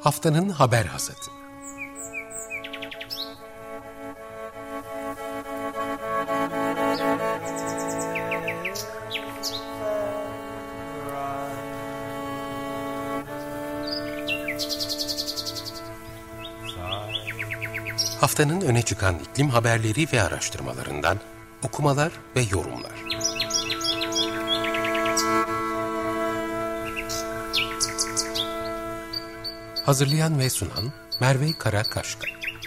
Haftanın haber hasadı. Haftanın öne çıkan iklim haberleri ve araştırmalarından okumalar ve yorumlar. Hazırlayan ve sunan Merve Karakaşka.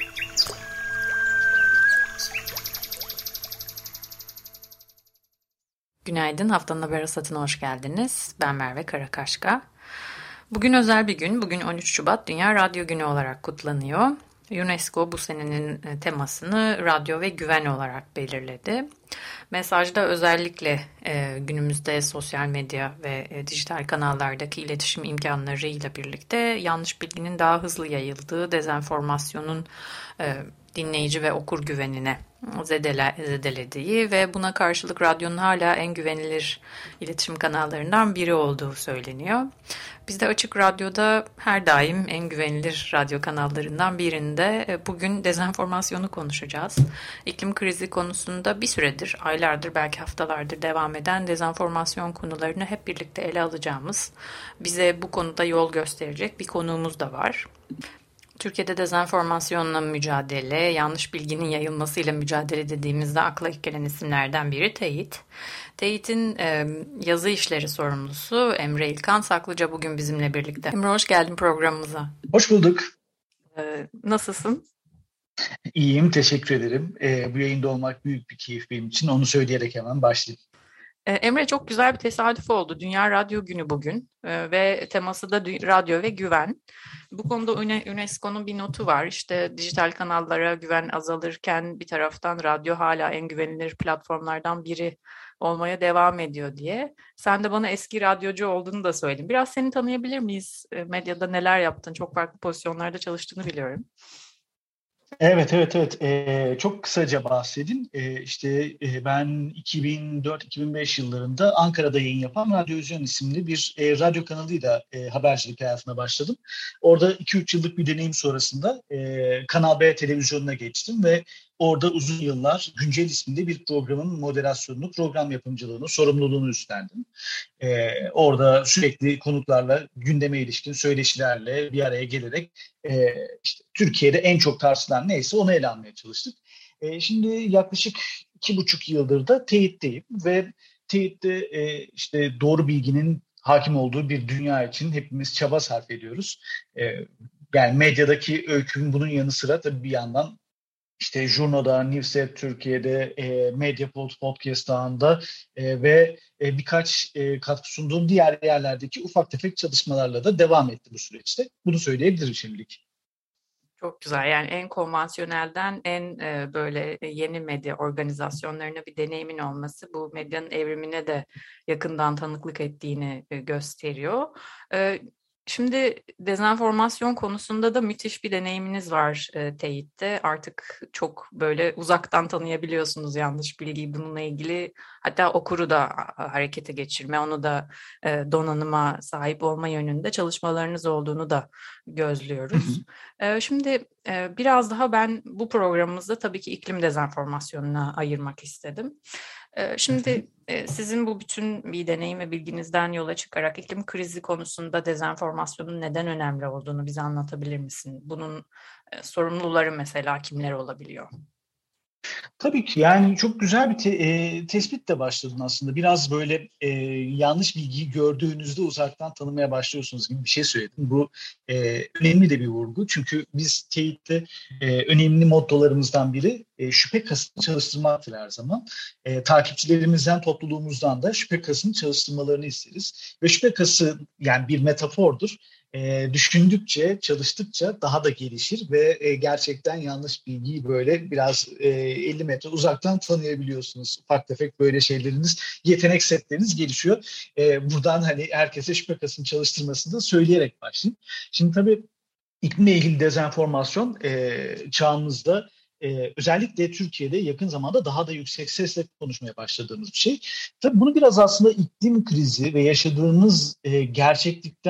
Günaydın, haftanın haber hasatına hoş geldiniz. Ben Merve Karakaşka. Bugün özel bir gün. Bugün 13 Şubat Dünya Radyo Günü olarak kutlanıyor. UNESCO bu senenin temasını radyo ve güven olarak belirledi. Mesajda özellikle günümüzde sosyal medya ve dijital kanallardaki iletişim imkanlarıyla birlikte yanlış bilginin daha hızlı yayıldığı, dezenformasyonun dinleyici ve okur güvenine zedelediği ve buna karşılık radyonun hala en güvenilir iletişim kanallarından biri olduğu söyleniyor. Biz de Açık Radyo'da her daim en güvenilir radyo kanallarından birinde bugün dezenformasyonu konuşacağız. İklim krizi konusunda bir süredir, aylardır belki haftalardır devam eden dezenformasyon konularını hep birlikte ele alacağımız, bize bu konuda yol gösterecek bir konuğumuz da var. Türkiye'de dezenformasyonla mücadele, yanlış bilginin yayılmasıyla mücadele dediğimizde akla ilk gelen isimlerden biri Teyit. Teyit'in yazı işleri sorumlusu Emre İlkan Saklıca bugün bizimle birlikte. Emre, hoş geldin programımıza. Hoş bulduk. Nasılsın? İyiyim, teşekkür ederim. Bu yayında olmak büyük bir keyif benim için. Onu söyleyerek hemen başlayayım. Emre, çok güzel bir tesadüf oldu. Dünya Radyo Günü bugün ve teması da radyo ve güven. Bu konuda UNESCO'nun bir notu var. İşte dijital kanallara güven azalırken bir taraftan radyo hala en güvenilir platformlardan biri olmaya devam ediyor diye. Sen de bana eski radyocu olduğunu da söyledin. Biraz seni tanıyabilir miyiz? Medyada neler yaptın? Çok farklı pozisyonlarda çalıştığını biliyorum. Evet. Çok kısaca bahsedeyim. Ben 2004-2005 yıllarında Ankara'da yayın yapan Radyovizyon isimli bir radyo kanalıyla habercilik hayatına başladım. Orada 2-3 yıllık bir deneyim sonrasında Kanal B televizyonuna geçtim ve orada uzun yıllar Güncel isminde bir programın moderasyonunu, program yapımcılığını, sorumluluğunu üstlendim. Orada sürekli konuklarla, gündeme ilişkin söyleşilerle bir araya gelerek Türkiye'de en çok tartışılan neyse onu ele almaya çalıştık. Şimdi yaklaşık 2,5 yıldır da Teyit'teyim ve Teyit'te doğru bilginin hakim olduğu bir dünya için hepimiz çaba sarf ediyoruz. Yani medyadaki öykünün bunun yanı sıra tabii bir yandan Jurno'da, Newsnet Türkiye'de, Mediapod Podcast ağında ve birkaç katkı sunduğum diğer yerlerdeki ufak tefek çalışmalarla da devam etti bu süreçte. Bunu söyleyebilirim şimdilik. Çok güzel. Yani en konvansiyonelden en böyle yeni medya organizasyonlarına bir deneyimin olması bu medyanın evrimine de yakından tanıklık ettiğini gösteriyor. Şimdi dezenformasyon konusunda da müthiş bir deneyiminiz var Teyit'te. Artık çok böyle uzaktan tanıyabiliyorsunuz yanlış bilgiyi, bununla ilgili. Hatta okuru da harekete geçirme, onu da donanıma sahip olma yönünde çalışmalarınız olduğunu da gözlüyoruz. Şimdi biraz daha ben bu programımızda tabii ki iklim dezenformasyonuna ayırmak istedim. Şimdi sizin bu bütün bir deneyim ve bilginizden yola çıkarak iklim krizi konusunda dezenformasyonun neden önemli olduğunu bize anlatabilir misin? Bunun sorumluları mesela kimler olabiliyor? Tabii ki yani çok güzel bir tespitle başladın aslında. Biraz böyle yanlış bilgiyi gördüğünüzde uzaktan tanımaya başlıyorsunuz gibi bir şey söyledim. Bu önemli de bir vurgu. Çünkü biz Teyit'te önemli mottolarımızdan biri şüphe kasını çalıştırmaktır her zaman. Takipçilerimizden, topluluğumuzdan da şüphe kasını çalıştırmalarını isteriz. Ve şüphe kası yani bir metafordur. Düşündükçe, çalıştıkça daha da gelişir ve gerçekten yanlış bilgiyi böyle biraz 50 metre uzaktan tanıyabiliyorsunuz. Ufak tefek böyle şeyleriniz, yetenek setleriniz gelişiyor. Buradan hani herkese şüphe kasını çalıştırmasını da söyleyerek başlayayım. Şimdi tabii iklimle ilgili dezenformasyon çağımızda özellikle Türkiye'de yakın zamanda daha da yüksek sesle konuşmaya başladığımız bir şey. Tabii bunu biraz aslında iklim krizi ve yaşadığımız gerçeklikten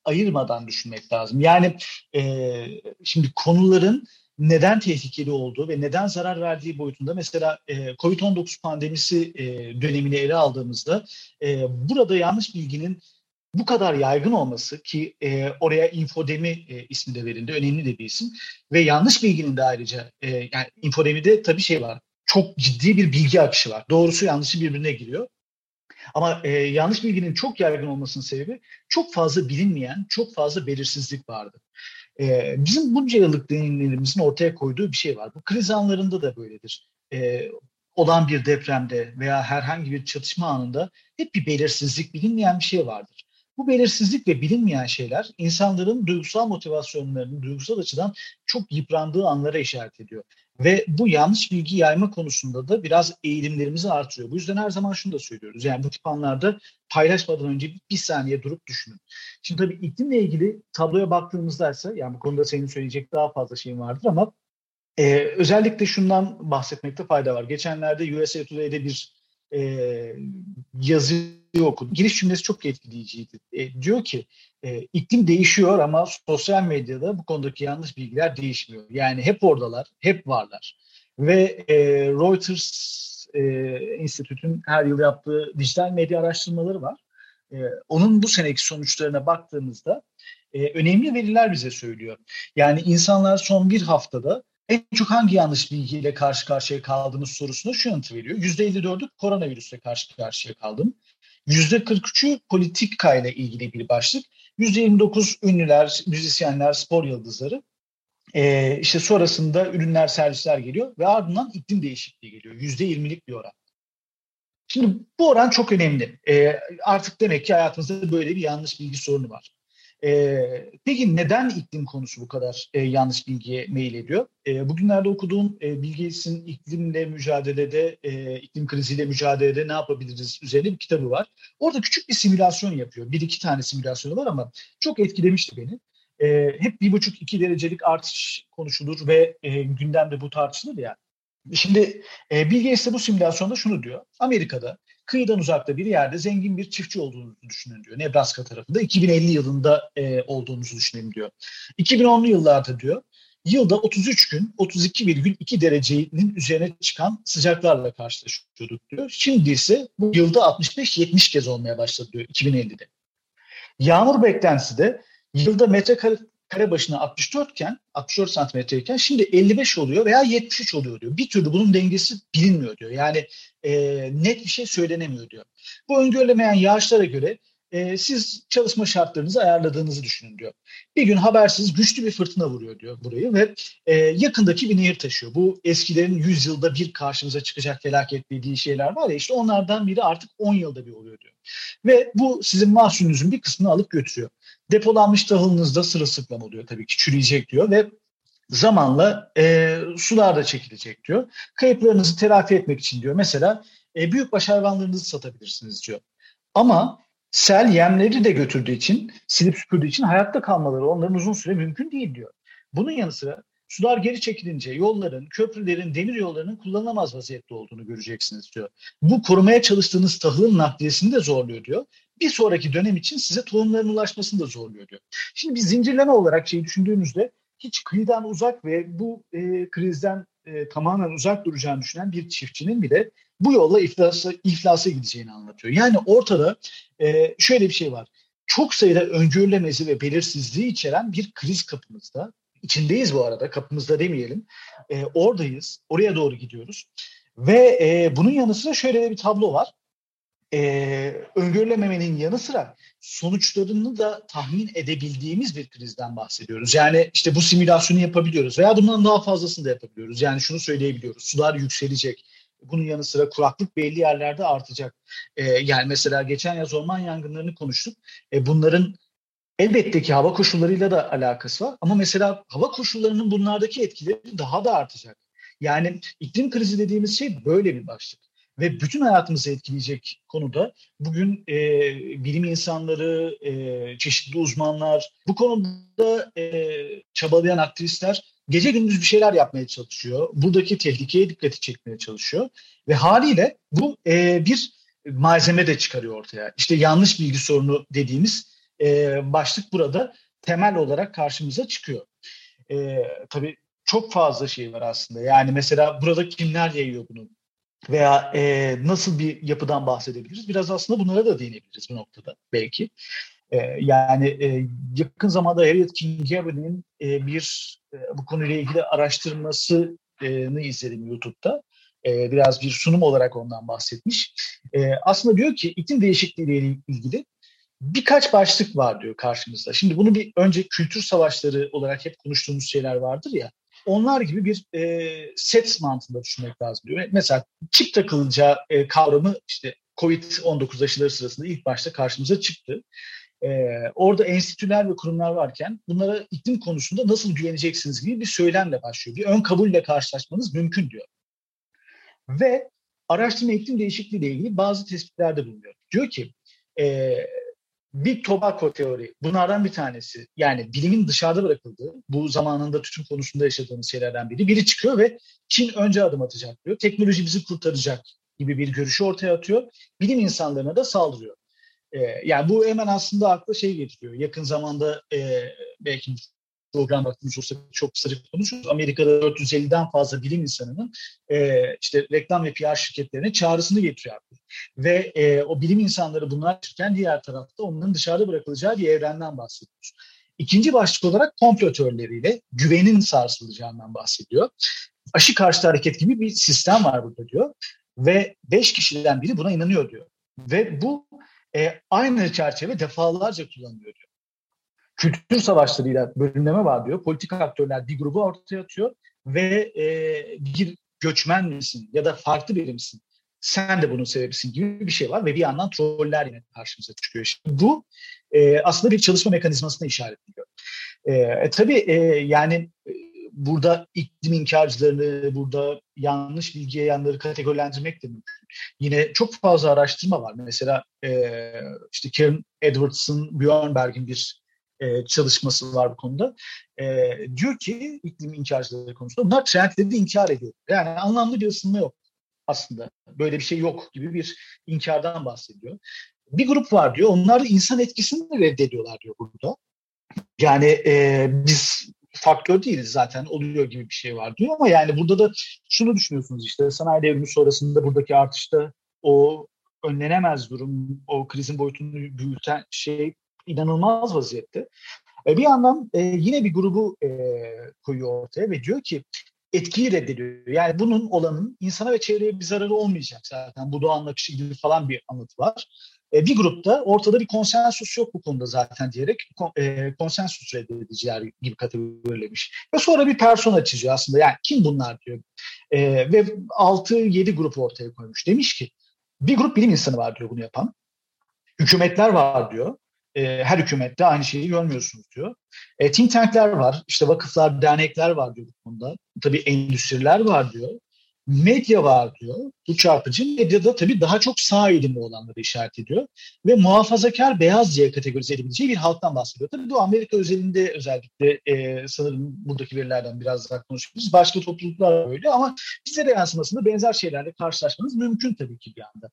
ayırmadan düşünmek lazım. Yani şimdi konuların neden tehlikeli olduğu ve neden zarar verdiği boyutunda mesela COVID-19 pandemisi dönemini ele aldığımızda burada yanlış bilginin bu kadar yaygın olması ki oraya infodemi ismi de verildi. Önemli de bir isim. Ve yanlış bilginin de ayrıca yani infodemide tabii şey var. Çok ciddi bir bilgi akışı var. Doğrusu yanlışı birbirine giriyor. Ama yanlış bilginin çok yaygın olmasının sebebi çok fazla bilinmeyen, çok fazla belirsizlik vardı. Bizim bunca yıllık deneyimlerimizin ortaya koyduğu bir şey var. Bu kriz anlarında da böyledir. Olan bir depremde veya herhangi bir çatışma anında hep bir belirsizlik, bilinmeyen bir şey vardır. Bu belirsizlik ve bilinmeyen şeyler insanların duygusal motivasyonlarının duygusal açıdan çok yıprandığı anlara işaret ediyor. Ve bu yanlış bilgi yayma konusunda da biraz eğilimlerimizi artırıyor. Bu yüzden her zaman şunu da söylüyoruz. Yani bu tip anlarda paylaşmadan önce bir saniye durup düşünün. Şimdi tabii iklimle ilgili tabloya baktığımızda ise yani bu konuda senin söyleyecek daha fazla şeyin vardır ama özellikle şundan bahsetmekte fayda var. Geçenlerde USA Today'de bir yazı okudum. Giriş cümlesi çok etkileyiciydi. Diyor ki iklim değişiyor ama sosyal medyada bu konudaki yanlış bilgiler değişmiyor. Yani hep oradalar, hep varlar. Ve Reuters Enstitü'nün her yıl yaptığı dijital medya araştırmaları var. Onun bu seneki sonuçlarına baktığımızda önemli veriler bize söylüyor. Yani insanlar son bir haftada en çok hangi yanlış bilgiyle karşı karşıya kaldığımız sorusuna şu yanıtı veriyor. %54'ü koronavirüsle karşı karşıya kaldım. %43'ü politikayla ilgili bir başlık. %29 ünlüler, müzisyenler, spor yıldızları. İşte sonrasında ürünler, servisler geliyor ve ardından iklim değişikliği geliyor. %20'lik bir oran. Şimdi bu oran çok önemli. Artık demek ki hayatımızda böyle bir yanlış bilgi sorunu var. Peki neden iklim konusu bu kadar yanlış bilgiye meyil ediyor? Bugünlerde okuduğum Bill Gates'in iklimle mücadelede, iklim kriziyle mücadelede ne yapabiliriz üzerine bir kitabı var. Orada küçük bir simülasyon yapıyor. Bir iki tane simülasyonu var ama çok etkilemişti beni. Hep 1,5-2 derecelik artış konuşulur ve gündemde bu tartışılır ya. Şimdi Bill Gates de bu simülasyonda şunu diyor. Amerika'da kıyıdan uzakta bir yerde zengin bir çiftçi olduğunuzu düşünün diyor. Nebraska tarafında 2050 yılında olduğunuzu düşünelim diyor. 2010'lu yıllarda diyor yılda 33 gün 32,2 derecenin üzerine çıkan sıcaklarla karşılaşıyorduk diyor. Şimdi ise bu yılda 65-70 kez olmaya başladı diyor 2050'de. Yağmur beklentisi de yılda metrekare başına 64 santimetreyken şimdi 55 oluyor veya 73 oluyor diyor. Bir türlü bunun dengesi bilinmiyor diyor. Yani net bir şey söylenemiyor diyor. Bu öngörülemeyen yağışlara göre siz çalışma şartlarınızı ayarladığınızı düşünün diyor. Bir gün habersiz güçlü bir fırtına vuruyor diyor burayı ve yakındaki bir nehir taşıyor. Bu eskilerin 100 yılda bir karşımıza çıkacak felaket dediği şeyler var ya işte onlardan biri artık 10 yılda bir oluyor diyor. Ve bu sizin mahsulünüzün bir kısmını alıp götürüyor. Depolanmış tahılınız da sırılsıklam oluyor tabii ki çürüyecek diyor ve zamanla sular da çekilecek diyor. Kayıplarınızı telafi etmek için diyor mesela büyükbaş hayvanlarınızı satabilirsiniz diyor. Ama sel yemleri de götürdüğü için, silip süpürdüğü için hayatta kalmaları onların uzun süre mümkün değil diyor. Bunun yanı sıra sular geri çekilince yolların, köprülerin, demir yollarının kullanılamaz vaziyette olduğunu göreceksiniz diyor. Bu korumaya çalıştığınız tahılın nakliyesini de zorluyor diyor. Bir sonraki dönem için size tohumların ulaşmasını da zorluyor diyor. Şimdi bir zincirleme olarak düşündüğünüzde hiç kıyıdan uzak ve bu krizden tamamen uzak duracağını düşünen bir çiftçinin bile bu yolla iflasa gideceğini anlatıyor. Yani ortada şöyle bir şey var. Çok sayıda öngörülemezi ve belirsizliği içeren bir kriz kapımızda. İçindeyiz bu arada, kapımızda demeyelim. Oradayız, oraya doğru gidiyoruz. Ve bunun yanı sıra şöyle de bir tablo var. Öngörülememenin yanı sıra sonuçlarını da tahmin edebildiğimiz bir krizden bahsediyoruz. Yani işte bu simülasyonu yapabiliyoruz veya bundan daha fazlasını da yapabiliyoruz. Yani şunu söyleyebiliyoruz, sular yükselecek. Bunun yanı sıra kuraklık belli yerlerde artacak. Yani mesela geçen yaz orman yangınlarını konuştuk. Bunların elbette ki hava koşullarıyla da alakası var. Ama mesela hava koşullarının bunlardaki etkileri daha da artacak. Yani iklim krizi dediğimiz şey böyle bir başlık. Ve bütün hayatımızı etkileyecek konuda bugün bilim insanları, çeşitli uzmanlar, bu konuda çabalayan aktivistler gece gündüz bir şeyler yapmaya çalışıyor. Buradaki tehlikeye dikkati çekmeye çalışıyor. Ve haliyle bu bir malzeme de çıkarıyor ortaya. İşte yanlış bilgi sorunu dediğimiz başlık burada temel olarak karşımıza çıkıyor. Tabii çok fazla şey var aslında. Yani mesela burada kimler yayıyor bunu? Veya nasıl bir yapıdan bahsedebiliriz? Biraz aslında bunlara da değinebiliriz bu noktada belki. Yakın zamanda Harriet Kincaid'in bu konuyla ilgili araştırmasını izledim YouTube'da. Biraz bir sunum olarak ondan bahsetmiş. Aslında diyor ki iklim değişikliği ile ilgili birkaç başlık var diyor karşımızda. Şimdi bunu bir önce kültür savaşları olarak hep konuştuğumuz şeyler vardır ya. Onlar gibi bir set mantığında düşünmek lazım diyor. Mesela çip takılacağı kavramı işte Covid-19 aşıları sırasında ilk başta karşımıza çıktı. Orada enstitüler ve kurumlar varken bunlara iklim konusunda nasıl güveneceksiniz gibi bir söylemle başlıyor. Bir ön kabulle karşılaşmanız mümkün diyor. Ve araştırma iklim değişikliği ile ilgili bazı tespitlerde bulunuyor. Diyor ki Big Tobacco teori bunlardan bir tanesi. Yani bilimin dışarıda bırakıldığı, bu zamanında tütün konusunda yaşadığımız şeylerden biri. Biri çıkıyor ve Çin önce adım atacak diyor. Teknoloji bizi kurtaracak gibi bir görüşü ortaya atıyor. Bilim insanlarına da saldırıyor. Yani bu hemen aslında akla şey getiriyor. Yakın zamanda belki program vaktimiz olsa çok kısaca konuşuruz. Amerika'da 450'den fazla bilim insanının işte reklam ve PR şirketlerine çağrısını getiriyor. Ve o bilim insanları bunlar çıkarken diğer tarafta onların dışarıda bırakılacağı bir evrenden bahsediyoruz. İkinci başlık olarak komplo teorileriyle güvenin sarsılacağından bahsediyor. Aşı karşıtı hareket gibi bir sistem var burada diyor. Ve 5 kişiden biri buna inanıyor diyor. Ve bu aynı çerçeve defalarca kullanılıyor diyor. Kültür savaşlarıyla bölünme var diyor. Politik aktörler bir grubu ortaya atıyor ve bir göçmen misin ya da farklı biri misin? Sen de bunun sebebisin gibi bir şey var ve bir yandan troller yine karşımıza çıkıyor. Şimdi bu aslında bir çalışma mekanizmasına işaret ediyor. Yani burada iklim inkarcılarını, burada yanlış bilgi yayanları kategorilendirmek de mümkün. Yine çok fazla araştırma var. Mesela işte Karen Edwards'ın, Björnberg'in bir çalışması var bu konuda. Diyor ki iklim inkarcıları konusunda bunlar trendleri de inkar ediyor. Yani anlamlı bir ısınma yok aslında. Böyle bir şey yok gibi bir inkardan bahsediyor. Bir grup var diyor. Onlar da insan etkisini de reddediyorlar diyor burada. Yani biz faktör değiliz zaten oluyor gibi bir şey var diyor ama yani burada da şunu düşünüyorsunuz işte sanayi devrimi sonrasında buradaki artışta o önlenemez durum, o krizin boyutunu büyüten şey inanılmaz vaziyette. Bir yandan yine bir grubu koyuyor ortaya ve diyor ki etkiyi reddediyor. Yani bunun olanın insana ve çevreye bir zararı olmayacak zaten. Bu doğanın akışı gibi falan bir anlatı var. Bir grupta ortada bir konsensus yok bu konuda zaten diyerek konsensus reddediciler gibi kategorilemiş. Ve sonra bir persona çiziyor aslında. Yani kim bunlar diyor. Ve 6-7 grup ortaya koymuş. Demiş ki bir grup bilim insanı var diyor bunu yapan. Hükümetler var diyor. Her hükümette aynı şeyi görmüyorsunuz diyor. Think tankler var, işte vakıflar, dernekler var diyor bu konuda. Tabii endüstriler var diyor. Medya var diyor. Bu çarpıcı. Medyada tabii daha çok sağ eğilimli olanları işaret ediyor. Ve muhafazakar beyaz diye kategorize edebileceği bir halktan bahsediyor. Tabii bu Amerika özelinde özellikle sanırım buradaki verilerden biraz daha konuşuyoruz. Başka topluluklar böyle ama bize de yansımasında benzer şeylerle karşılaşmanız mümkün tabii ki bir anda.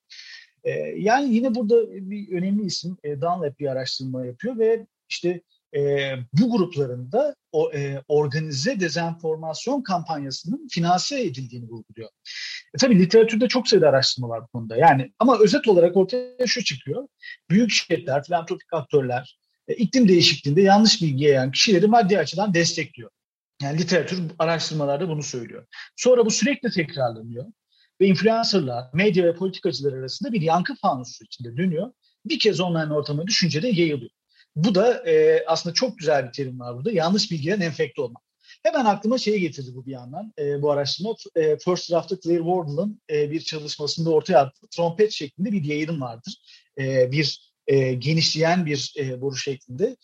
Yani yine burada bir önemli isim Dunlap bir araştırma yapıyor ve işte bu grupların da organize dezenformasyon kampanyasının finanse edildiğini vurguluyor. Tabii literatürde çok sayıda araştırma var bu konuda. Yani ama özet olarak ortaya şu çıkıyor. Büyük şirketler, filantropik aktörler iklim değişikliğinde yanlış bilgi yayan kişileri maddi açıdan destekliyor. Yani literatür araştırmalarda bunu söylüyor. Sonra bu sürekli tekrarlanıyor. Ve influencerlar, medya ve politikacılar arasında bir yankı fanusu içinde dönüyor. Bir kez online ortama düşünce de yayılıyor. Bu da aslında çok güzel bir terim var burada. Yanlış bilgiden enfekte olmak. Hemen aklıma şeyi getirdi bu bir yandan. Bu araştırma First Draft'ta Claire Wardle'ın bir çalışmasında ortaya attığı trompet şeklinde bir yayın vardır. Genişleyen bir boru şeklinde.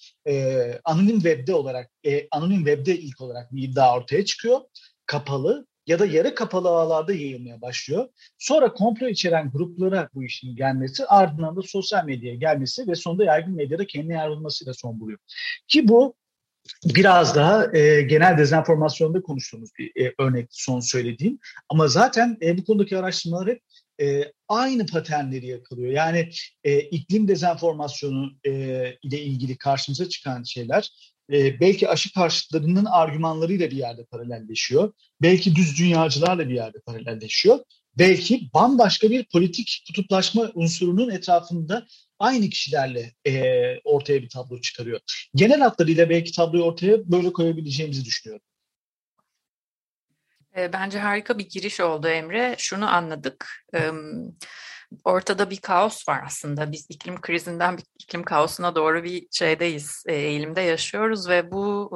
Anonim web'de ilk olarak bir iddia ortaya çıkıyor. Kapalı ya da yarı kapalı ağlarda yayılmaya başlıyor. Sonra komplo içeren gruplara bu işin gelmesi, ardından da sosyal medyaya gelmesi ve sonunda yaygın medyada kendine yayrılmasıyla son buluyor. Ki bu biraz daha genel dezenformasyonda konuştuğumuz bir örnek son söylediğim. Ama zaten bu konudaki araştırmalar hep aynı paternleri yakalıyor. Yani iklim dezenformasyonu ile ilgili karşımıza çıkan şeyler belki aşı karşıtlarının argümanlarıyla bir yerde paralelleşiyor. Belki düz dünyacılarla bir yerde paralelleşiyor. Belki bambaşka bir politik kutuplaşma unsurunun etrafında aynı kişilerle ortaya bir tablo çıkarıyor. Genel hatlarıyla belki tabloyu ortaya böyle koyabileceğimizi düşünüyorum. Bence harika bir giriş oldu Emre. Şunu anladık. Ortada bir kaos var aslında. Biz iklim krizinden bir iklim kaosuna doğru bir şeydeyiz, eğilimde yaşıyoruz ve bu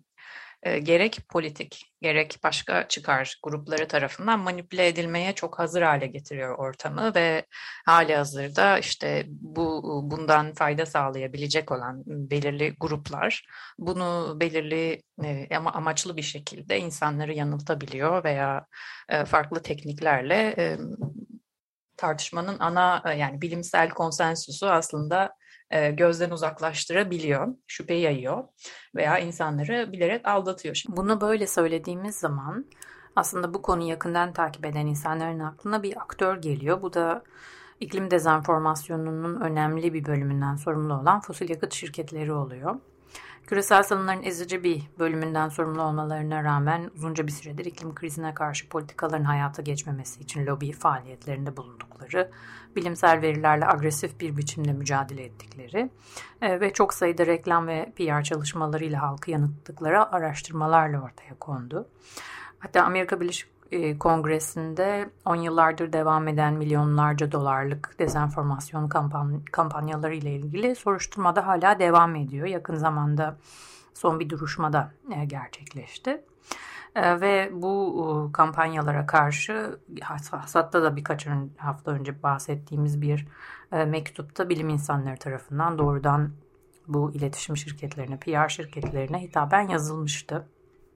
gerek politik, gerek başka çıkar grupları tarafından manipüle edilmeye çok hazır hale getiriyor ortamı ve halihazırda işte bundan fayda sağlayabilecek olan belirli gruplar bunu belirli ama amaçlı bir şekilde insanları yanıltabiliyor veya farklı tekniklerle tartışmanın ana yani bilimsel konsensüsü aslında gözden uzaklaştırabiliyor, şüphe yayıyor veya insanları bilerek aldatıyor. Şimdi bunu böyle söylediğimiz zaman aslında bu konuyu yakından takip eden insanların aklına bir aktör geliyor. Bu da iklim dezenformasyonunun önemli bir bölümünden sorumlu olan fosil yakıt şirketleri oluyor. Küresel salınların ezici bir bölümünden sorumlu olmalarına rağmen uzunca bir süredir iklim krizine karşı politikaların hayata geçmemesi için lobi faaliyetlerinde bulundukları, bilimsel verilerle agresif bir biçimde mücadele ettikleri ve çok sayıda reklam ve PR çalışmalarıyla halkı yanılttıkları araştırmalarla ortaya kondu. Hatta Amerika Birleşik Kongresi'nde 10 yıllardır devam eden milyonlarca dolarlık dezenformasyon kampanyaları ile ilgili soruşturma da hala devam ediyor. Yakın zamanda son bir duruşma da gerçekleşti. Ve bu kampanyalara karşı hatta da birkaç hafta önce bahsettiğimiz bir mektupta bilim insanları tarafından doğrudan bu iletişim şirketlerine, PR şirketlerine hitaben yazılmıştı.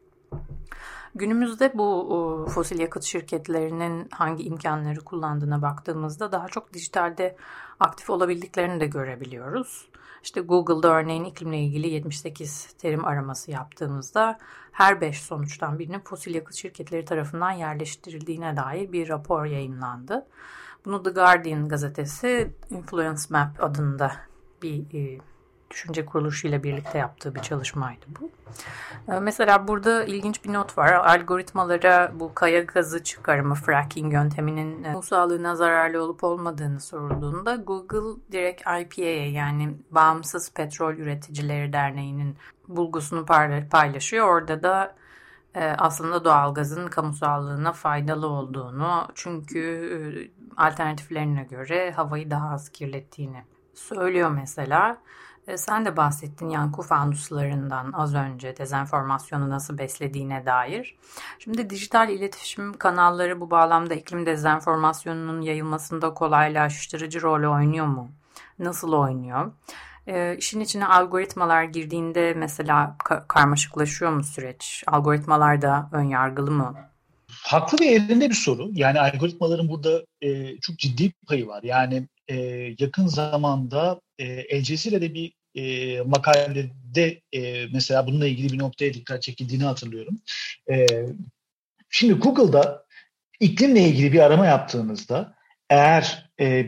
Günümüzde bu fosil yakıt şirketlerinin hangi imkanları kullandığına baktığımızda daha çok dijitalde aktif olabildiklerini de görebiliyoruz. İşte Google'da örneğin iklimle ilgili 78 terim araması yaptığımızda her 5 sonuçtan birinin fosil yakıt şirketleri tarafından yerleştirildiğine dair bir rapor yayınlandı. Bunu The Guardian gazetesi Influence Map adında bir düşünce kuruluşuyla birlikte yaptığı bir çalışmaydı bu. Mesela burada ilginç bir not var. Algoritmalara bu kaya gazı çıkarımı, fracking yönteminin bu sağlığına zararlı olup olmadığını sorulduğunda Google direkt IPA'ya yani Bağımsız Petrol Üreticileri Derneği'nin bulgusunu paylaşıyor. Orada da aslında doğalgazın kamu sağlığına faydalı olduğunu çünkü alternatiflerine göre havayı daha az kirlettiğini söylüyor mesela. Sen de bahsettin yankı fanuslarından az önce dezenformasyonu nasıl beslediğine dair. Şimdi dijital iletişim kanalları bu bağlamda iklim dezenformasyonunun yayılmasında kolaylaştırıcı rol oynuyor mu? Nasıl oynuyor? İşin içine algoritmalar girdiğinde mesela karmaşıklaşıyor mu süreç? Algoritmalar da önyargılı mı? Haklı ve yerinde bir soru. Yani algoritmaların burada çok ciddi bir payı var. Yani yakın zamanda El Cezire'de bir makalede mesela bununla ilgili bir noktaya dikkat çekildiğini hatırlıyorum. Şimdi Google'da iklimle ilgili bir arama yaptığınızda eğer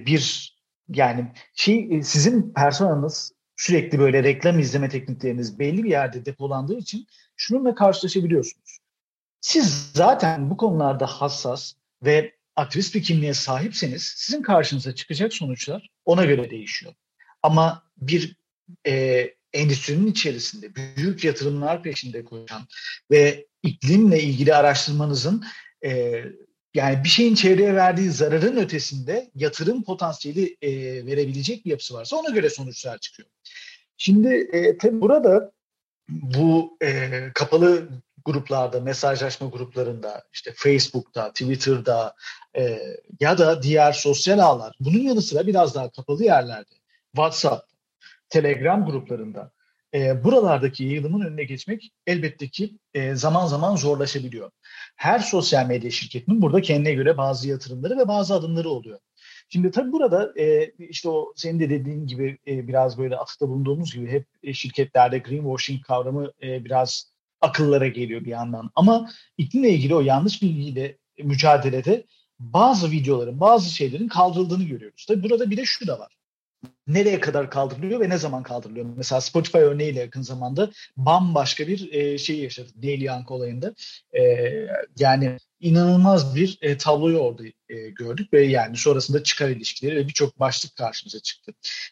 yani sizin personanız sürekli böyle reklam izleme teknikleriniz belli bir yerde depolandığı için şununla karşılaşabiliyorsunuz. Siz zaten bu konularda hassas ve aktivist bir kimliğe sahipseniz sizin karşınıza çıkacak sonuçlar ona göre değişiyor. Ama bir endüstrinin içerisinde büyük yatırımlar peşinde koşan ve iklimle ilgili araştırmanızın yani bir şeyin çevreye verdiği zararın ötesinde yatırım potansiyeli verebilecek bir yapısı varsa ona göre sonuçlar çıkıyor. Şimdi tabii burada bu kapalı gruplarda, mesajlaşma gruplarında, işte Facebook'ta, Twitter'da ya da diğer sosyal ağlar, bunun yanı sıra biraz daha kapalı yerlerde, WhatsApp, Telegram gruplarında buralardaki yayılımın önüne geçmek elbette ki zaman zaman zorlaşabiliyor. Her sosyal medya şirketinin burada kendine göre bazı yatırımları ve bazı adımları oluyor. Şimdi tabii burada işte o senin de dediğin gibi biraz böyle atıfta bulunduğumuz gibi hep şirketlerde greenwashing kavramı biraz akıllara geliyor bir yandan. Ama iklimle ilgili o yanlış bilgiyle mücadelede bazı videoların, bazı şeylerin kaldırıldığını görüyoruz. Tabii burada bir de şu da var. Nereye kadar kaldırılıyor ve ne zaman kaldırılıyor? Mesela Spotify örneğiyle yakın zamanda bambaşka bir şey yaşadık Neil Young olayında. E, Yani inanılmaz bir tabloyu orada gördük ve yani sonrasında çıkar ilişkileri ve birçok başlık karşımıza çıktı.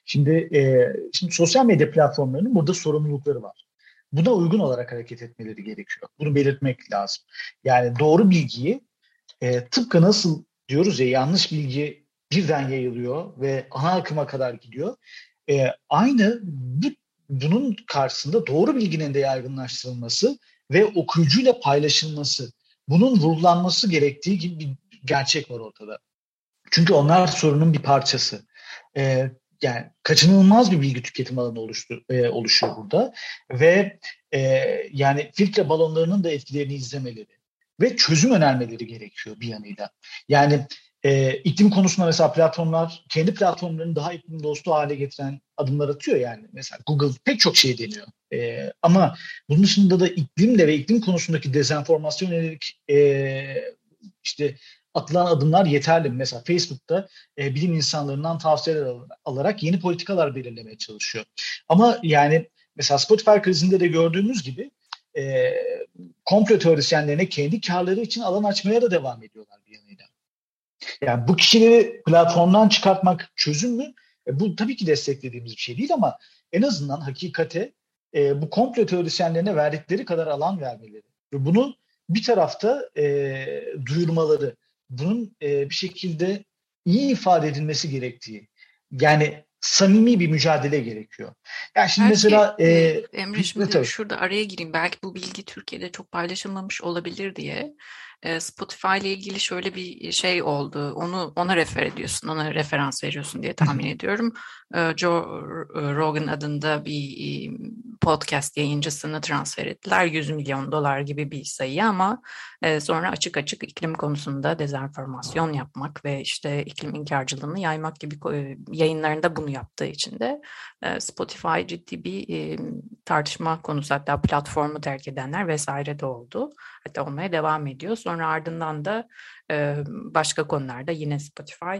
Şimdi sosyal medya platformlarının burada sorumlulukları var. Buna uygun olarak hareket etmeleri gerekiyor. Bunu belirtmek lazım. Yani doğru bilgiyi tıpkı nasıl diyoruz ya yanlış bilgi birden yayılıyor ve ana akıma kadar gidiyor. Aynı bunun karşısında doğru bilginin de yaygınlaştırılması ve okuyucuyla paylaşılması, bunun vurgulanması gerektiği gibi bir gerçek var ortada. Çünkü onlar sorunun bir parçası. Yani kaçınılmaz bir bilgi tüketim alanı oluşuyor burada ve e, yani filtre balonlarının da etkilerini izlemeleri ve çözüm önermeleri gerekiyor bir yanıyla. Yani iklim konusunda mesela platformlar kendi platformlarını daha iklim dostu hale getiren adımlar atıyor yani. Mesela Google pek çok şey deniyor. Ama bunun dışında da iklimle ve iklim konusundaki dezenformasyon yönelik işte atılan adımlar yeterli mi? Mesela Facebook'ta bilim insanlarından tavsiyeler alarak yeni politikalar belirlemeye çalışıyor. Ama yani mesela Spotify krizinde de gördüğümüz gibi e, komplo teorisyenlerine kendi karları için alan açmaya da devam ediyorlar bir yanıyla. Yani bu kişileri platformdan çıkartmak çözüm mü? Bu tabii ki desteklediğimiz bir şey değil ama en azından hakikate bu komplo teorisyenlerine verdikleri kadar alan vermeleri ve bunu bir tarafta duyurmaları, bunun bir şekilde iyi ifade edilmesi gerektiği, yani samimi bir mücadele gerekiyor. Yani şimdi Belki mesela Emre, şimdi tabii. şurada araya gireyim. Belki bu bilgi Türkiye'de çok paylaşılmamış olabilir diye. Spotify ile ilgili şöyle bir şey oldu. Ona refer ediyorsun, ona referans veriyorsun diye tahmin ediyorum. Joe Rogan adında bir podcast yayıncısını transfer ettiler. 100 milyon dolar gibi bir sayı ama sonra açık açık iklim konusunda dezenformasyon yapmak ve işte iklim inkarcılığını yaymak gibi yayınlarında bunu yaptığı için de Spotify ciddi bir tartışma konusu, hatta platformu terk edenler vesaire de oldu. Hatta olmaya devam ediyor. Sonra ardından da başka konularda yine Spotify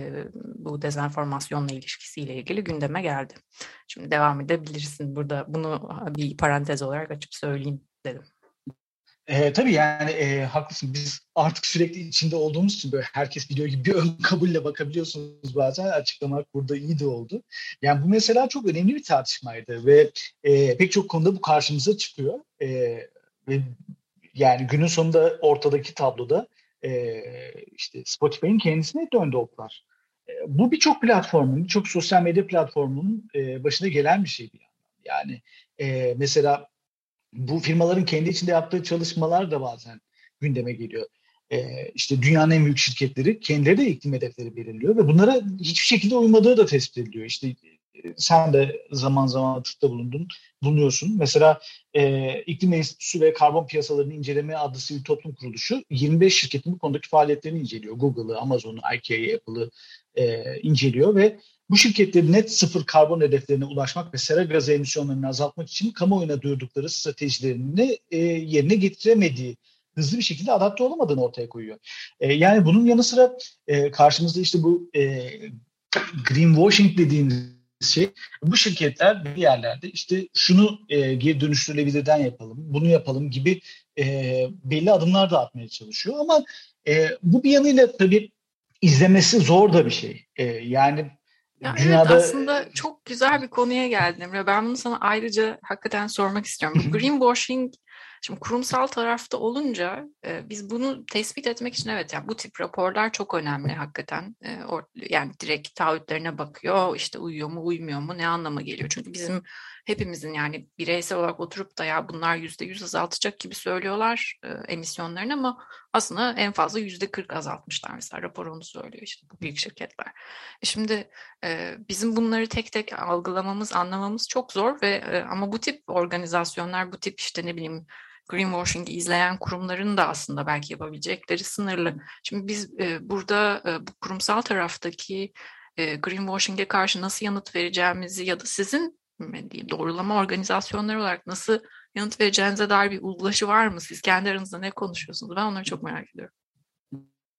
bu dezenformasyonla ilişkisiyle ilgili gündeme geldi. Şimdi devam edebilirsin. Burada bunu bir parantez olarak açıp söyleyeyim dedim. Tabii yani haklısın. Biz artık sürekli içinde olduğumuz için böyle herkes biliyor gibi bir ön kabulle bakabiliyorsunuz bazen. Açıklamak burada iyi de oldu. Yani bu mesela çok önemli bir tartışmaydı ve pek çok konuda bu karşımıza çıkıyor. Ve yani günün sonunda ortadaki tabloda işte Spotify'ın kendisine döndü oklar. Bu birçok platformun, birçok sosyal medya platformunun başına gelen bir şey bir yandan. Yani mesela bu firmaların kendi içinde yaptığı çalışmalar da bazen gündeme geliyor. İşte dünyanın en büyük şirketleri kendileri de iklim hedefleri belirliyor ve bunlara hiçbir şekilde uymadığı da tespit ediliyor. İşte sen de zaman zaman atıfta bulunuyorsun. Mesela İklim Enstitüsü ve Karbon Piyasalarını İnceleme adlı sivil toplum kuruluşu 25 şirketin bu konudaki faaliyetlerini inceliyor. Google'ı, Amazon'u, IKEA'yı, Apple'ı inceliyor ve bu şirketlerin net sıfır karbon hedeflerine ulaşmak ve sera gazı emisyonlarını azaltmak için kamuoyuna duyurdukları stratejilerini yerine getiremediği, hızlı bir şekilde adapte olamadığını ortaya koyuyor. Yani bunun yanı sıra karşımızda işte bu greenwashing dediğimiz şey, bu şirketler bir yerlerde işte şunu geri dönüştürülebilirden yapalım, bunu yapalım gibi belli adımlar da atmaya çalışıyor. Ama bu bir yanıyla tabii izlemesi zor da bir şey. Yani Ya evet, dünyada aslında çok güzel bir konuya geldin Emre. Ben bunu sana ayrıca hakikaten sormak istiyorum. Bu greenwashing, şimdi kurumsal tarafta olunca biz bunu tespit etmek için evet, yani bu tip raporlar çok önemli hakikaten. Yani direkt taahhütlerine bakıyor, işte uyuyor mu uymuyor mu, ne anlama geliyor. Çünkü bizim hepimizin, yani bireysel olarak oturup da ya bunlar %100 azaltacak gibi söylüyorlar emisyonlarını ama aslında en fazla %40 azaltmışlar, mesela rapor onu söylüyor, işte bu büyük şirketler. Şimdi bizim bunları tek tek algılamamız, anlamamız çok zor ve ama bu tip organizasyonlar, bu tip işte ne bileyim greenwashing'i izleyen kurumların da aslında belki yapabilecekleri sınırlı. Şimdi biz burada bu kurumsal taraftaki greenwashing'e karşı nasıl yanıt vereceğimizi ya da sizin diyeyim, doğrulama organizasyonları olarak nasıl yanıt vereceğinize dair bir uzlaşı var mı? Siz kendi aranızda ne konuşuyorsunuz? Ben onları çok merak ediyorum.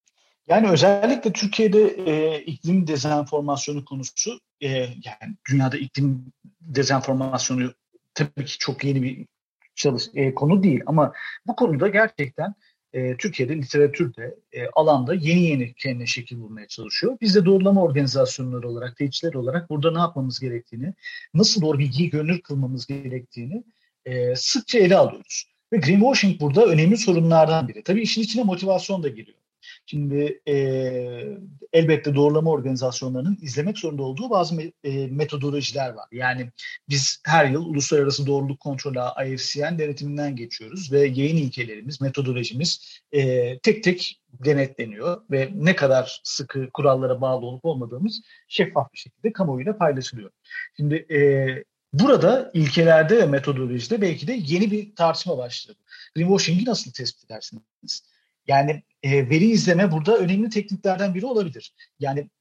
Yani özellikle Türkiye'de iklim dezenformasyonu konusu, yani dünyada iklim dezenformasyonu tabii ki çok yeni bir konu değil, ama bu konuda gerçekten Türkiye'de literatürde, alanda yeni yeni kendine şekil bulmaya çalışıyor. Biz de doğrulama organizasyonları olarak, teyitçiler olarak burada ne yapmamız gerektiğini, nasıl doğru bilgiyi görünür kılmamız gerektiğini sıkça ele alıyoruz. Ve greenwashing burada önemli sorunlardan biri. Tabii işin içine motivasyon da giriyor. Şimdi elbette doğrulama organizasyonlarının izlemek zorunda olduğu bazı metodolojiler var. Yani biz her yıl Uluslararası Doğruluk Kontrolü IFCN denetiminden geçiyoruz ve yayın ilkelerimiz, metodolojimiz tek tek denetleniyor ve ne kadar sıkı kurallara bağlı olup olmadığımız şeffaf bir şekilde kamuoyuyla paylaşılıyor. Şimdi burada ilkelerde ve metodolojide belki de yeni bir tartışma başladı. Greenwashing'i nasıl tespit edersiniz? Yani veri izleme burada önemli tekniklerden biri olabilir. Yani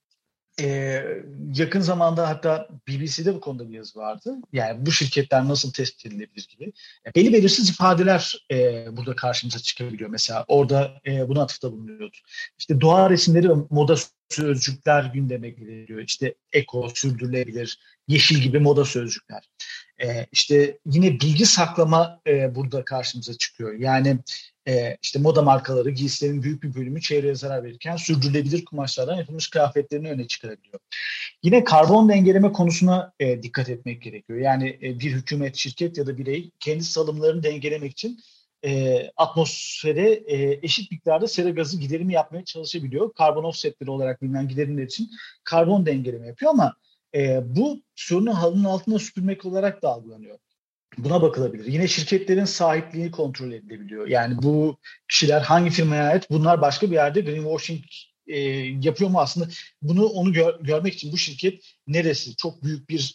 yakın zamanda hatta BBC'de bu konuda bir yazı vardı. Yani bu şirketler nasıl tespit edilebilir gibi. Belli belirsiz ifadeler burada karşımıza çıkabiliyor. Mesela orada buna atıfta bulunuyordu. İşte doğa resimleri ve moda sözcükler gündeme geliyor. İşte eko, sürdürülebilir, yeşil gibi moda sözcükler. İşte yine bilgi saklama burada karşımıza çıkıyor. Yani işte moda markaları giysilerin büyük bir bölümü çevreye zarar verirken sürdürülebilir kumaşlardan yapılmış kıyafetlerini öne çıkarabiliyor. Yine karbon dengeleme konusuna dikkat etmek gerekiyor. Yani bir hükümet, şirket ya da birey kendi salımlarını dengelemek için atmosfere eşit miktarda sera gazı giderimi yapmaya çalışabiliyor. Karbon offsetleri olarak bilinen giderimler için karbon dengeleme yapıyor, ama bu sorunu halının altına süpürmek olarak da algılanıyor. Buna bakılabilir. Yine şirketlerin sahipliği kontrol edilebiliyor. Yani bu kişiler hangi firmaya ait? Bunlar başka bir yerde greenwashing yapıyor mu aslında? Onu görmek için bu şirket neresi? Çok büyük bir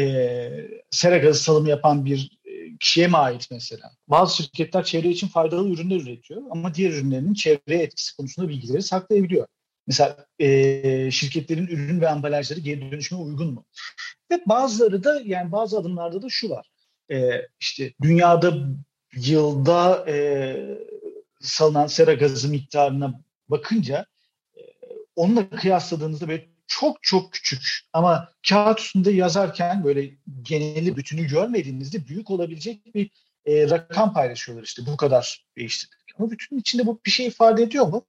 sera gazı salımı yapan bir kişiye mi ait mesela? Bazı şirketler çevre için faydalı ürünler üretiyor, ama diğer ürünlerinin çevreye etkisi konusunda bilgileri saklayabiliyor. Mesela şirketlerin ürün ve ambalajları geri dönüşüme uygun mu? Ve bazıları da, yani bazı adımlarda da şu var. İşte dünyada yılda salınan sera gazı miktarına bakınca onunla kıyasladığınızda böyle çok çok küçük, ama kağıt üstünde yazarken böyle geneli, bütünü görmediğinizde büyük olabilecek bir rakam paylaşıyorlar, işte bu kadar değiştirdik. Ama bütünün içinde bu bir şey ifade ediyor mu?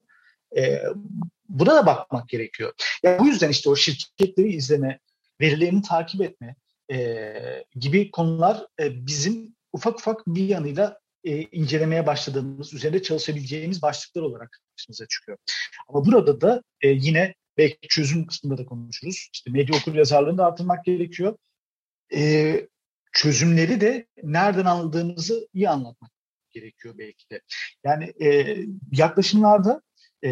Buna da bakmak gerekiyor. Yani bu yüzden işte o şirketleri izleme, verilerini takip etme gibi konular bizim ufak ufak bir yanıyla incelemeye başladığımız, üzerinde çalışabileceğimiz başlıklar olarak karşımıza çıkıyor. Ama burada da yine belki çözüm kısmında da konuşuruz. İşte medya okuryazarlığını da artırmak gerekiyor. Çözümleri de nereden anladığımızı iyi anlatmak gerekiyor belki de. Yani yaklaşımlarda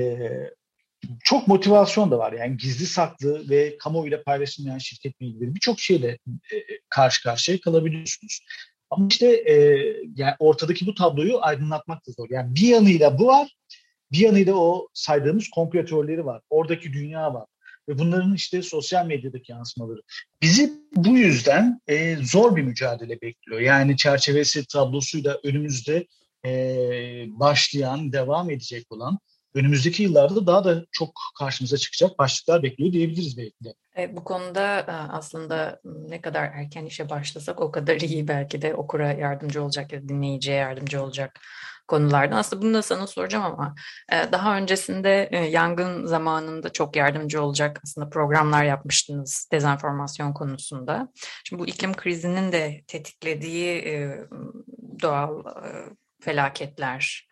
çok motivasyon da var. Yani gizli saklı ve kamuoyuyla paylaşılmayan şirket bilgileri, birçok şeyle karşı karşıya kalabiliyorsunuz. Ama işte yani ortadaki bu tabloyu aydınlatmak da zor. Yani bir yanıyla bu var, bir yanıyla o saydığımız kompletörleri var. Oradaki dünya var. Ve bunların işte sosyal medyadaki yansımaları. Bizi bu yüzden zor bir mücadele bekliyor. Yani çerçevesi, tablosuyla önümüzde başlayan, devam edecek olan, önümüzdeki yıllarda daha da çok karşımıza çıkacak başlıklar bekliyor diyebiliriz belki de. Bu konuda aslında ne kadar erken işe başlasak o kadar iyi, belki de okura yardımcı olacak ya da dinleyiciye yardımcı olacak konulardan. Aslında bunu da sana soracağım, ama daha öncesinde yangın zamanında çok yardımcı olacak aslında programlar yapmıştınız dezenformasyon konusunda. Şimdi bu iklim krizinin de tetiklediği doğal felaketler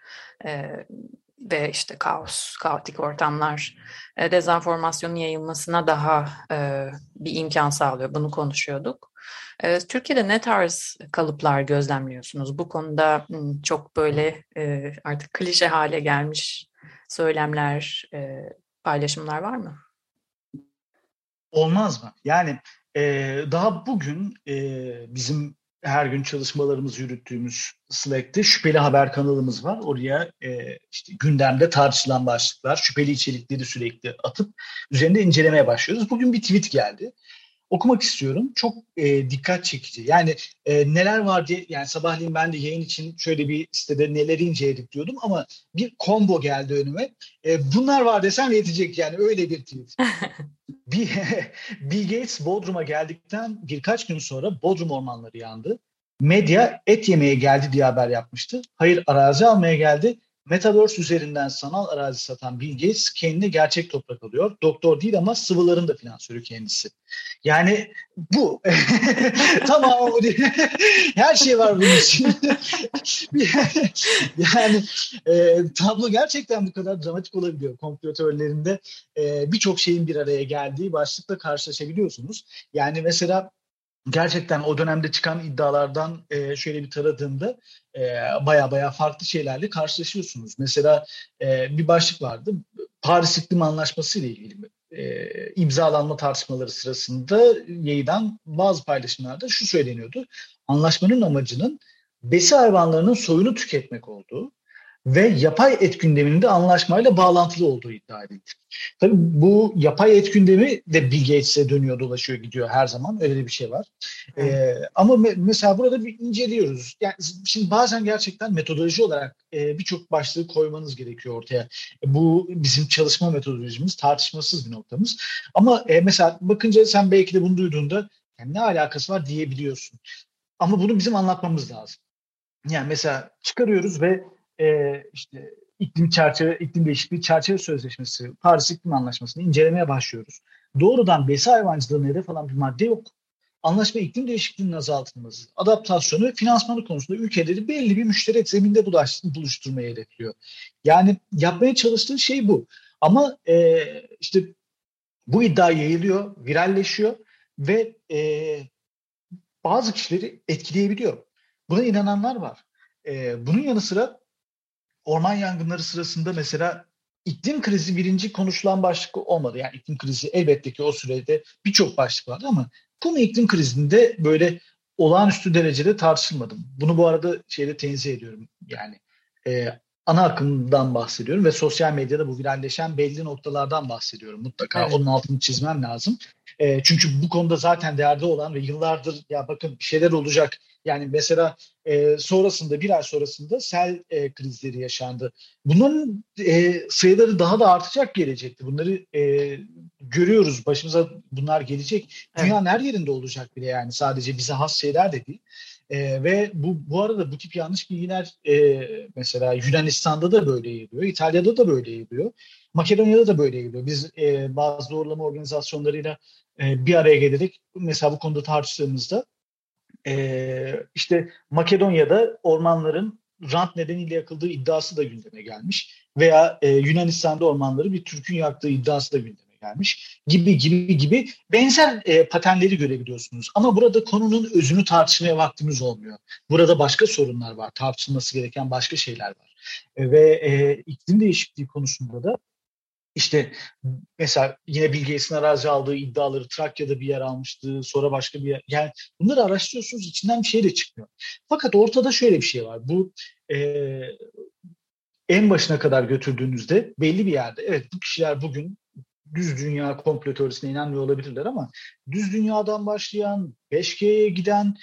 ve işte kaotik ortamlar dezenformasyonun yayılmasına daha bir imkan sağlıyor. Bunu konuşuyorduk. Türkiye'de ne tarz kalıplar gözlemliyorsunuz? Bu konuda çok böyle artık klişe hale gelmiş söylemler, paylaşımlar var mı? Olmaz mı? Yani daha bugün bizim her gün çalışmalarımızı yürüttüğümüz Slack'te şüpheli haber kanalımız var. Oraya işte gündemde tartışılan başlıklar, şüpheli içerikleri sürekli atıp üzerinde incelemeye başlıyoruz. Bugün bir tweet geldi. okumak istiyorum. Çok dikkat çekici. Yani neler var diye, yani sabahleyin ben de yayın için şöyle bir sitede neleri inceledik diyordum ama bir combo geldi önüme. Bunlar var desem yetecek, yani öyle bir tweet. Bir, Bill Gates Bodrum'a geldikten birkaç gün sonra Bodrum ormanları yandı. Medya et yemeye geldi diye haber yapmıştı. Hayır, arazi almaya geldi. Metaverse üzerinden sanal arazi satan Bill Gates kendine gerçek toprak alıyor. Doktor değil ama sıvıların da finansörü kendisi. Yani bu. Tamam, o değil. Her şey var bunun için. Yani tablo gerçekten bu kadar dramatik olabiliyor. Komplo teorilerinde birçok şeyin bir araya geldiği başlıkla karşılaşabiliyorsunuz. Yani mesela gerçekten o dönemde çıkan iddialardan şöyle bir taradığımda baya baya farklı şeylerle karşılaşıyorsunuz. Mesela bir başlık vardı. Paris İklim Anlaşması ile ilgili imzalanma tartışmaları sırasında yayılan bazı paylaşımlarda şu söyleniyordu. Anlaşmanın amacının besi hayvanlarının soyunu tüketmek olduğu ve yapay et gündeminin de anlaşmayla bağlantılı olduğu iddia edildi. Tabii bu yapay et gündemi de Bill Gates'e dönüyor, dolaşıyor, gidiyor her zaman. Öyle bir şey var. Ama mesela burada bir inceliyoruz. Yani şimdi bazen gerçekten metodoloji olarak birçok başlığı koymanız gerekiyor ortaya. Bu bizim çalışma metodolojimiz, tartışmasız bir noktamız. Ama mesela bakınca sen belki de bunu duyduğunda yani ne alakası var diyebiliyorsun. Ama bunu bizim anlatmamız lazım. Yani mesela çıkarıyoruz ve işte iklim değişikliği çerçeve sözleşmesi, Paris İklim Anlaşması'nı incelemeye başlıyoruz. Doğrudan besi hayvancılığına hedef alan bir madde yok. Anlaşma iklim değişikliğinin azaltılması, adaptasyonu ve finansmanı konusunda ülkeleri belli bir müşterek zeminde buluşturmayı hedefliyor. Yani yapmaya çalıştığı şey bu. Ama işte bu iddia yayılıyor, viralleşiyor ve bazı kişileri etkileyebiliyor. Buna inananlar var. Bunun yanı sıra orman yangınları sırasında mesela iklim krizi birinci konuşulan başlık olmadı. Yani iklim krizi elbette ki o sürede birçok başlık vardı ama konu iklim krizinde böyle olağanüstü derecede tartışılmadı. Bunu bu arada tenzih ediyorum. Yani ana akımdan bahsediyorum ve sosyal medyada bu viralleşen belli noktalardan bahsediyorum. Mutlaka Evet. onun altını çizmem lazım. Çünkü bu konuda zaten derdi olan ve yıllardır ya bakın bir şeyler olacak. Yani mesela sonrasında, bir ay sonrasında sel krizleri yaşandı. Bunların sayıları daha da artacak gelecekti. Bunları görüyoruz. Başımıza bunlar gelecek. Evet. Dünyanın her yerinde olacak bile, yani sadece bize has şeyler de değil. Ve bu arada bu tip yanlış bilgiler mesela Yunanistan'da da böyle yayılıyor, İtalya'da da böyle yayılıyor, Makedonya'da da böyle yayılıyor. Biz bazı doğrulama organizasyonlarıyla bir araya gelerek mesela bu konuda tartıştığımızda işte Makedonya'da ormanların rant nedeniyle yakıldığı iddiası da gündeme gelmiş veya Yunanistan'da ormanları bir Türk'ün yaktığı iddiası da gündeme gelmiş gibi benzer paternleri görebiliyorsunuz. Ama burada konunun özünü tartışmaya vaktimiz olmuyor. Burada başka sorunlar var, tartışılması gereken başka şeyler var. Ve iklim değişikliği konusunda da işte mesela yine Bill Gates'in arazi aldığı iddiaları, Trakya'da bir yer almıştı, sonra başka bir yer. Yani bunları araştırıyorsunuz, içinden bir şey de çıkmıyor. Fakat ortada şöyle bir şey var. Bu e, en başına kadar götürdüğünüzde belli bir yerde, evet bu kişiler bugün düz dünya komplo teorisine inanmıyor olabilirler ama düz dünyadan başlayan, 5G'ye giden,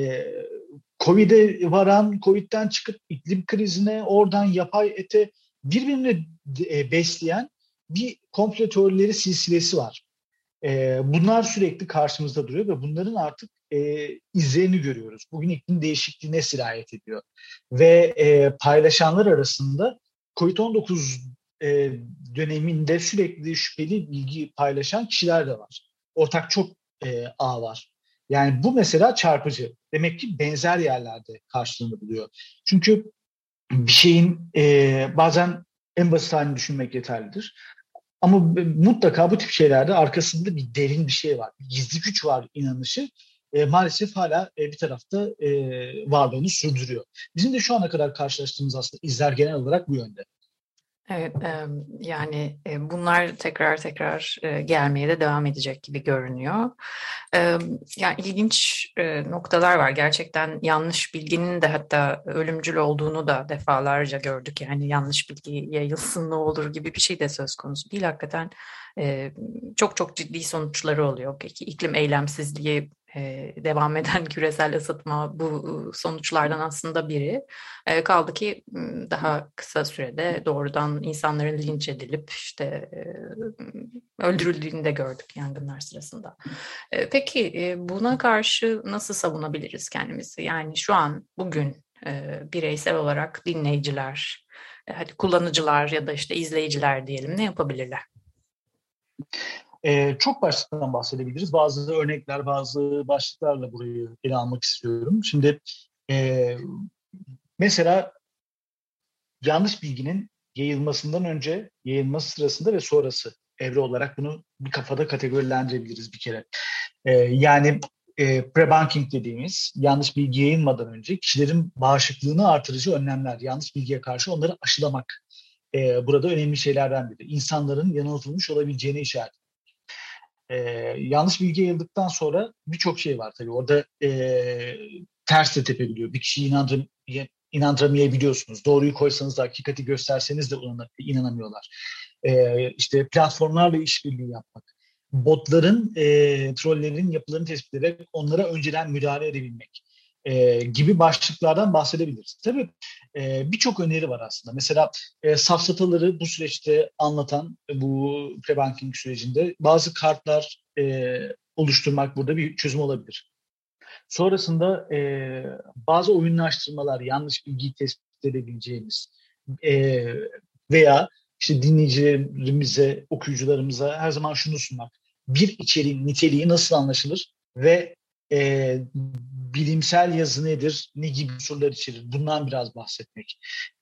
Covid'e varan, Covid'den çıkıp iklim krizine, oradan yapay ete birbirini besleyen bir komplo teorileri silsilesi var. Bunlar sürekli karşımızda duruyor ve bunların artık izlerini görüyoruz. Bugün iklim değişikliğine sirayet ediyor. Ve paylaşanlar arasında COVID-19 döneminde sürekli şüpheli bilgi paylaşan kişiler de var. Ortak çok ağ var. Yani bu mesela çarpıcı. Demek ki benzer yerlerde karşılığını buluyor. Çünkü bir şeyin bazen en basit halini düşünmek yeterlidir. Ama mutlaka bu tip şeylerde arkasında bir derin bir şey var. Bir gizli güç var inanışı. Maalesef hala bir tarafta varlığını sürdürüyor. Bizim de şu ana kadar karşılaştığımız aslında izler genel olarak bu yönde. Evet, yani bunlar tekrar tekrar gelmeye de devam edecek gibi görünüyor. Yani ilginç noktalar var. Gerçekten yanlış bilginin de hatta ölümcül olduğunu da defalarca gördük. Yani yanlış bilgi yayılsın ne olur gibi bir şey de söz konusu değil. Hakikaten çok çok ciddi sonuçları oluyor. İklim eylemsizliği, devam eden küresel ısıtma bu sonuçlardan aslında biri. Kaldı ki daha kısa sürede doğrudan insanların linç edilip işte öldürüldüğünü de gördük yangınlar sırasında. Peki buna karşı nasıl savunabiliriz kendimizi? Yani şu an bugün bireysel olarak dinleyiciler, hadi kullanıcılar ya da işte izleyiciler diyelim ne yapabilirler? Çok başlıktan bahsedebiliriz. Bazı örnekler, bazı başlıklarla burayı ele almak istiyorum. Şimdi e, mesela yanlış bilginin yayılmasından önce, yayılması sırasında ve sonrası evre olarak bunu bir kafada kategorilendirebiliriz bir kere. Yani pre-banking dediğimiz yanlış bilgi yayılmadan önce kişilerin bağışıklığını artırıcı önlemler, yanlış bilgiye karşı onları aşılamak burada önemli şeylerden biri. İnsanların yanıltılmış olabileceğine işaret. E, Yanlış bilgi yayıldıktan sonra birçok şey var tabii. Orada ters de tepebiliyor. Bir kişiyi inandıramayabiliyorsunuz. Doğruyu koysanız da hakikati gösterseniz de ona inanamıyorlar. İşte platformlarla işbirliği yapmak. Botların, trollerin yapılarını tespit ederek onlara önceden müdahale edebilmek gibi başlıklardan bahsedebiliriz. Tabii birçok öneri var aslında. Mesela safsataları bu süreçte anlatan bu pre-banking sürecinde bazı kartlar oluşturmak burada bir çözüm olabilir. Sonrasında bazı oyunlaştırmalar, yanlış bilgiyi tespit edebileceğimiz e, veya işte dinleyicilerimize, okuyucularımıza her zaman şunu sunmak. Bir içeriğin niteliği nasıl anlaşılır ve bilimsel yazı nedir, ne gibi sorular içerir? Bundan biraz bahsetmek.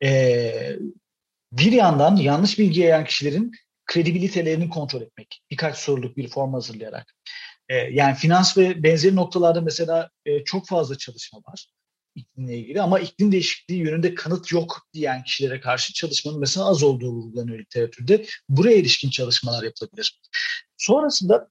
E, Bir yandan yanlış bilgi yayan kişilerin kredibilitelerini kontrol etmek. Birkaç soruluk bir form hazırlayarak. Yani finans ve benzeri noktalarda mesela çok fazla çalışma var iklimle ilgili ama iklim değişikliği yönünde kanıt yok diyen kişilere karşı çalışmanın mesela az olduğu vurgulanıyor literatürde. Buraya ilişkin çalışmalar yapılabilir. Sonrasında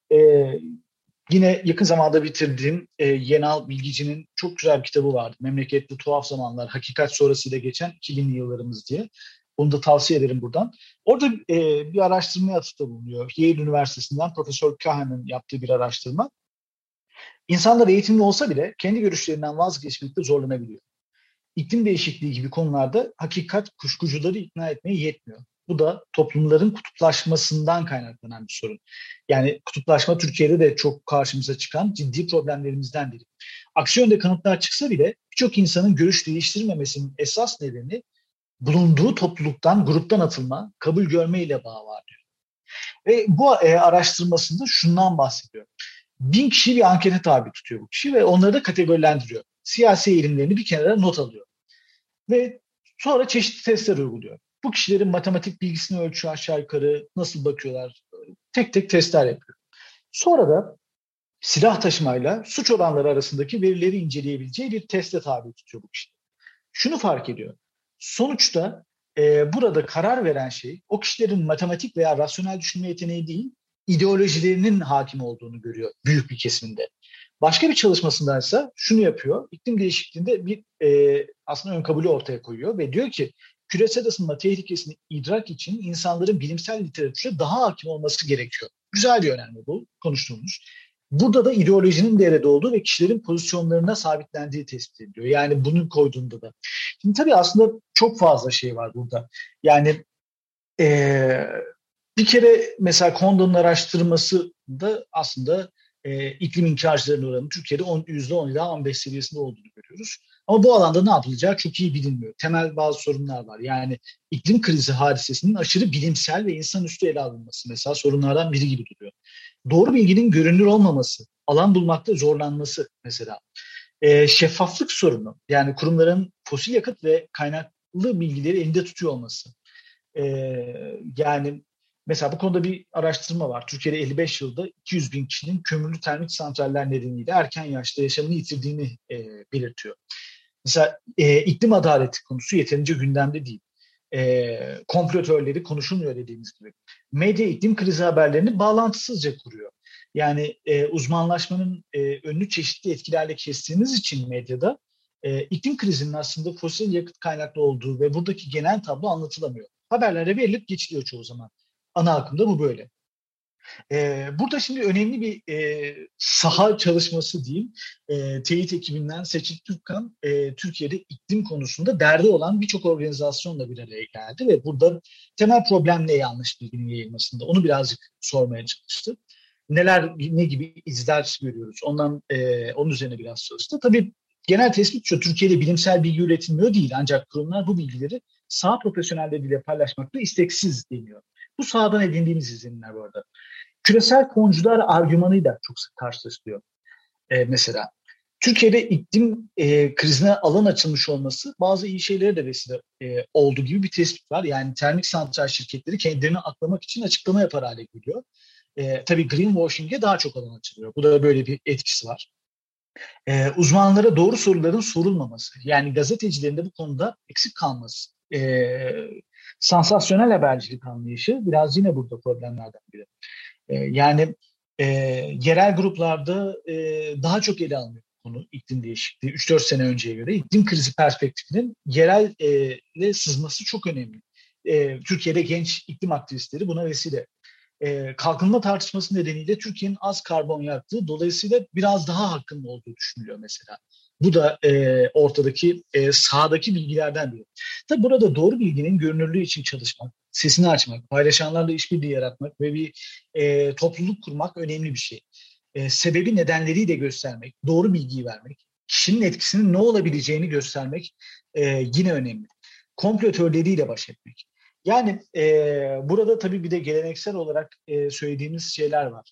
yine yakın zamanda bitirdiğim Yenal Bilgici'nin çok güzel bir kitabı vardı. Memlekette Tuhaf Zamanlar, Hakikat Sonrasıyla Geçen 2000'li Yıllarımız diye. Onu da tavsiye ederim buradan. Orada bir araştırmaya atıfta bulunuyor. Yale Üniversitesi'nden Profesör Kahan'ın yaptığı bir araştırma. İnsanlar eğitimli olsa bile kendi görüşlerinden vazgeçmekte zorlanabiliyor. İklim değişikliği gibi konularda hakikat kuşkucuları ikna etmeye yetmiyor. Bu da toplumların kutuplaşmasından kaynaklanan bir sorun. Yani kutuplaşma Türkiye'de de çok karşımıza çıkan ciddi problemlerimizden biri. Aksi yönde kanıtlar çıksa bile birçok insanın görüş değiştirmemesinin esas nedeni bulunduğu topluluktan, gruptan atılma, kabul görme ile bağı var diyor. Ve bu araştırmasında şundan bahsediyor. 1000 kişiyi bir ankete tabi tutuyor bu kişi ve onları da kategorilendiriyor. Siyasi eğilimlerini bir kenara not alıyor. Ve sonra çeşitli testler uyguluyor. Bu kişilerin matematik bilgisini ölçüyor aşağı yukarı, nasıl bakıyorlar, tek tek testler yapıyor. Sonra da silah taşımayla suç oranları arasındaki verileri inceleyebileceği bir teste tabi tutuyor bu kişi. Şunu fark ediyor. Sonuçta burada karar veren şey o kişilerin matematik veya rasyonel düşünme yeteneği değil, ideolojilerinin hakim olduğunu görüyor büyük bir kesiminde. Başka bir çalışmasında ise şunu yapıyor. İklim değişikliğinde bir aslında ön kabulü ortaya koyuyor ve diyor ki küresel ısınma tehlikesini idrak için insanların bilimsel literatüre daha hakim olması gerekiyor. Güzel bir önemli bu konuştuğumuz. Burada da ideolojinin devrede olduğu ve kişilerin pozisyonlarına sabitlendiği tespit ediliyor. Yani bunu koyduğunda da. Şimdi tabii aslında çok fazla şey var burada. Yani bir kere mesela Condon'un araştırması da aslında iklim inkarcılarının oranı Türkiye'de %10 ila 15 seviyesinde olduğunu görüyoruz. Ama bu alanda ne yapılacağı çok iyi bilinmiyor. Temel bazı sorunlar var. Yani iklim krizi hadisesinin aşırı bilimsel ve insanüstü ele alınması mesela sorunlardan biri gibi duruyor. Doğru bilginin görünür olmaması, alan bulmakta zorlanması mesela. Şeffaflık sorunu, yani kurumların fosil yakıt ve kaynaklı bilgileri elinde tutuyor olması. Yani mesela bu konuda bir araştırma var. Türkiye'de 55 yılda 200 bin kişinin kömürlü termik santraller nedeniyle erken yaşta yaşamını yitirdiğini belirtiyor. Mesela iklim adaleti konusu yeterince gündemde değil. komplo konuşulmuyor dediğimiz gibi. Medya iklim krizi haberlerini bağlantısızca kuruyor. Yani uzmanlaşmanın önünü çeşitli etkilerle kestiğimiz için medyada iklim krizinin aslında fosil yakıt kaynaklı olduğu ve buradaki genel tablo anlatılamıyor. Haberlere verilip geçiliyor çoğu zaman. Ana akımda bu böyle. Burada şimdi önemli bir saha çalışması diyeyim. Teyit ekibinden Seçil Türkkan, Türkiye'de iklim konusunda derdi olan birçok organizasyonla bir araya geldi ve burada temel problem ne yanlış bilginin yayılmasında? Onu birazcık sormaya çalıştı. Ne gibi izler görüyoruz? Onun üzerine biraz çalıştı. Tabii genel tespit şu, Türkiye'de bilimsel bilgi üretilmiyor değil, ancak kurumlar bu bilgileri saha profesyonelleriyle paylaşmakta isteksiz deniyor. Bu sahadan edindiğimiz izlenimler bu arada. Küresel foncular argümanıyla çok sık karşılaşılıyor. Mesela Türkiye'de iklim krizine alan açılmış olması bazı iyi şeylere de vesile olduğu gibi bir tespit var. Yani termik santral şirketleri kendilerini aklamak için açıklama yapar hale geliyor. Tabii greenwashing'e daha çok alan açılıyor. Bu da böyle bir etkisi var. Uzmanlara doğru soruların sorulmaması, yani gazetecilerin de bu konuda eksik kalması, sansasyonel habercilik anlayışı biraz yine burada problemlerden biri. Yani yerel gruplarda daha çok ele alınıyor konu iklim değişikliği. 3-4 sene önceye göre iklim krizi perspektifinin yerelle sızması çok önemli. Türkiye'de genç iklim aktivistleri buna vesile. Kalkınma tartışması nedeniyle Türkiye'nin az karbon yaktığı, dolayısıyla biraz daha hakkında olduğu düşünülüyor mesela. Bu da ortadaki sahadaki bilgilerden biri. Tabii burada doğru bilginin görünürlüğü için çalışmak, sesini açmak, paylaşanlarla işbirliği yaratmak ve bir topluluk kurmak önemli bir şey. Sebebi nedenleri de göstermek, doğru bilgiyi vermek, kişinin etkisinin ne olabileceğini göstermek yine önemli. Komplo teorileriyle baş etmek. Yani burada tabii bir de geleneksel olarak söylediğimiz şeyler var.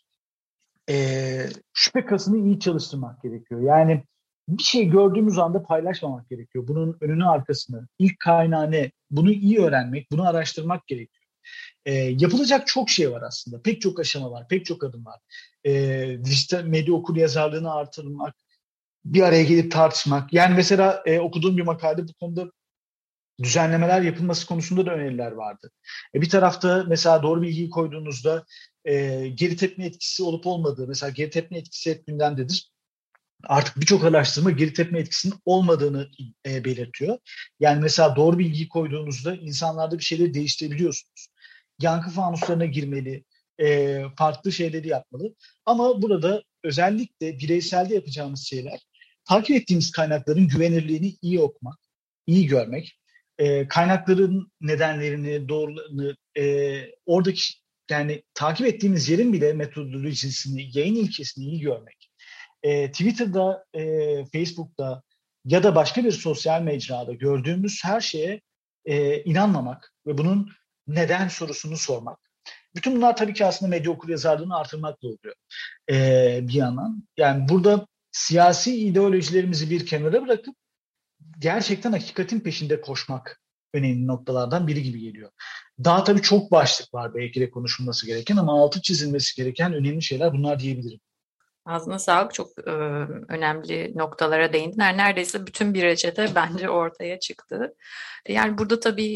Şüphe kasını iyi çalıştırmak gerekiyor. Yani bir şey gördüğümüz anda paylaşmamak gerekiyor. Bunun önünü arkasını, ilk kaynağı ne? Bunu iyi öğrenmek, bunu araştırmak gerekiyor. Yapılacak çok şey var aslında. Pek çok aşama var, pek çok adım var. Dijital medya okuryazarlığını artırmak, bir araya gelip tartışmak. Yani mesela okuduğum bir makalede bu konuda düzenlemeler yapılması konusunda da öneriler vardı. Bir tarafta mesela doğru bilgiyi koyduğunuzda geri tepme etkisi olup olmadığı, mesela geri tepme etkisi hep gündemdedir. Artık birçok araştırma geri tepme etkisinin olmadığını belirtiyor. Yani mesela doğru bilgiyi koyduğunuzda insanlarda bir şeyleri değiştirebiliyorsunuz. Yankı fanuslarına girmeli, farklı şeyleri yapmalı. Ama burada özellikle bireyselde yapacağımız şeyler, takip ettiğimiz kaynakların güvenirliğini iyi okumak, iyi görmek, kaynakların nedenlerini, doğrularını, oradaki yani takip ettiğimiz yerin bile metodolojisini, yayın ilkesini iyi görmek. Twitter'da, Facebook'ta ya da başka bir sosyal mecrada gördüğümüz her şeye inanmamak ve bunun neden sorusunu sormak. Bütün bunlar tabii ki aslında medya okuryazarlığını artırmakla oluyor bir yandan. Yani burada siyasi ideolojilerimizi bir kenara bırakıp gerçekten hakikatin peşinde koşmak önemli noktalardan biri gibi geliyor. Daha tabii çok başlık var belki de konuşulması gereken ama altı çizilmesi gereken önemli şeyler bunlar diyebilirim. Ağzına sağlık. Çok önemli noktalara değindin. Neredeyse bütün bir reçete bence ortaya çıktı. Yani burada tabii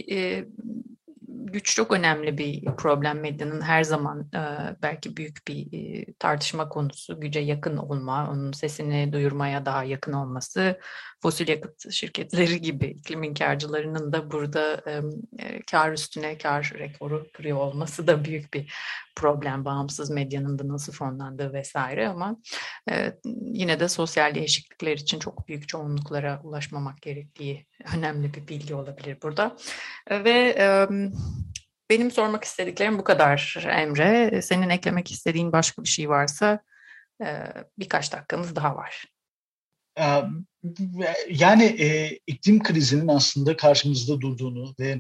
güç çok önemli bir problem. Medyanın her zaman belki büyük bir tartışma konusu. Güce yakın olma, onun sesini duyurmaya daha yakın olması. Fosil yakıt şirketleri gibi iklim inkarcılarının da burada kar üstüne kar rekoru kırıyor olması da büyük bir problem. Bağımsız medyanın da nasıl fonlandığı vesaire, ama yine de sosyal değişiklikler için çok büyük çoğunluklara ulaşmamak gerektiği önemli bir bilgi olabilir burada. Ve benim sormak istediklerim bu kadar Emre. Senin eklemek istediğin başka bir şey varsa birkaç dakikamız daha var. Yani iklim krizinin aslında karşımızda durduğunu ve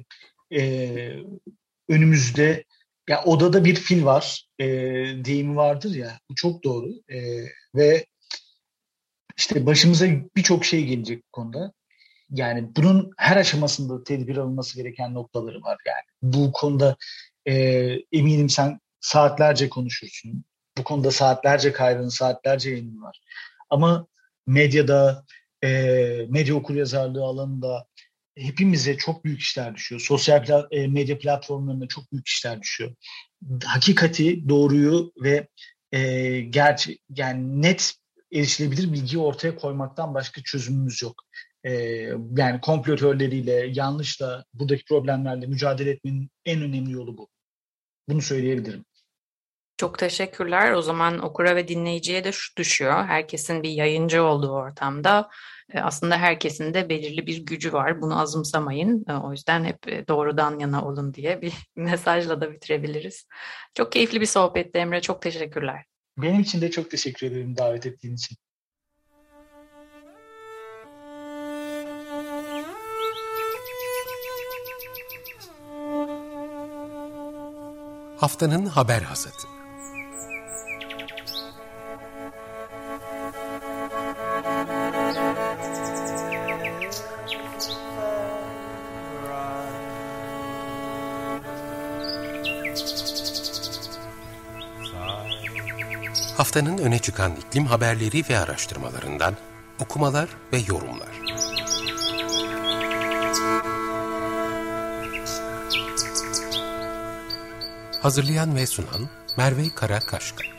önümüzde, ya odada bir fil var deyimi vardır ya, bu çok doğru ve işte başımıza birçok şey gelecek bu konuda. Yani bunun her aşamasında tedbir alınması gereken noktaları var yani. Bu konuda eminim sen saatlerce konuşursun. Bu konuda saatlerce kaydın, saatlerce yayının var. Ama medyada, medya okuryazarlığı alanında hepimize çok büyük işler düşüyor. Sosyal medya platformlarına çok büyük işler düşüyor. Hakikati, doğruyu ve yani net erişilebilir bilgiyi ortaya koymaktan başka çözümümüz yok. Yani komplo teorileriyle, yanlışla, buradaki problemlerle mücadele etmenin en önemli yolu bu. Bunu söyleyebilirim. Çok teşekkürler. O zaman okura ve dinleyiciye de şu düşüyor. Herkesin bir yayıncı olduğu ortamda aslında herkesin de belirli bir gücü var. Bunu azımsamayın. O yüzden hep doğrudan yana olun diye bir mesajla da bitirebiliriz. Çok keyifli bir sohbetti Emre. Çok teşekkürler. Benim için de çok teşekkür ederim davet ettiğin için. Haftanın haber hasadı. Haftanın öne çıkan iklim haberleri ve araştırmalarından okumalar ve yorumlar. Hazırlayan ve sunan Merve Karakaşka.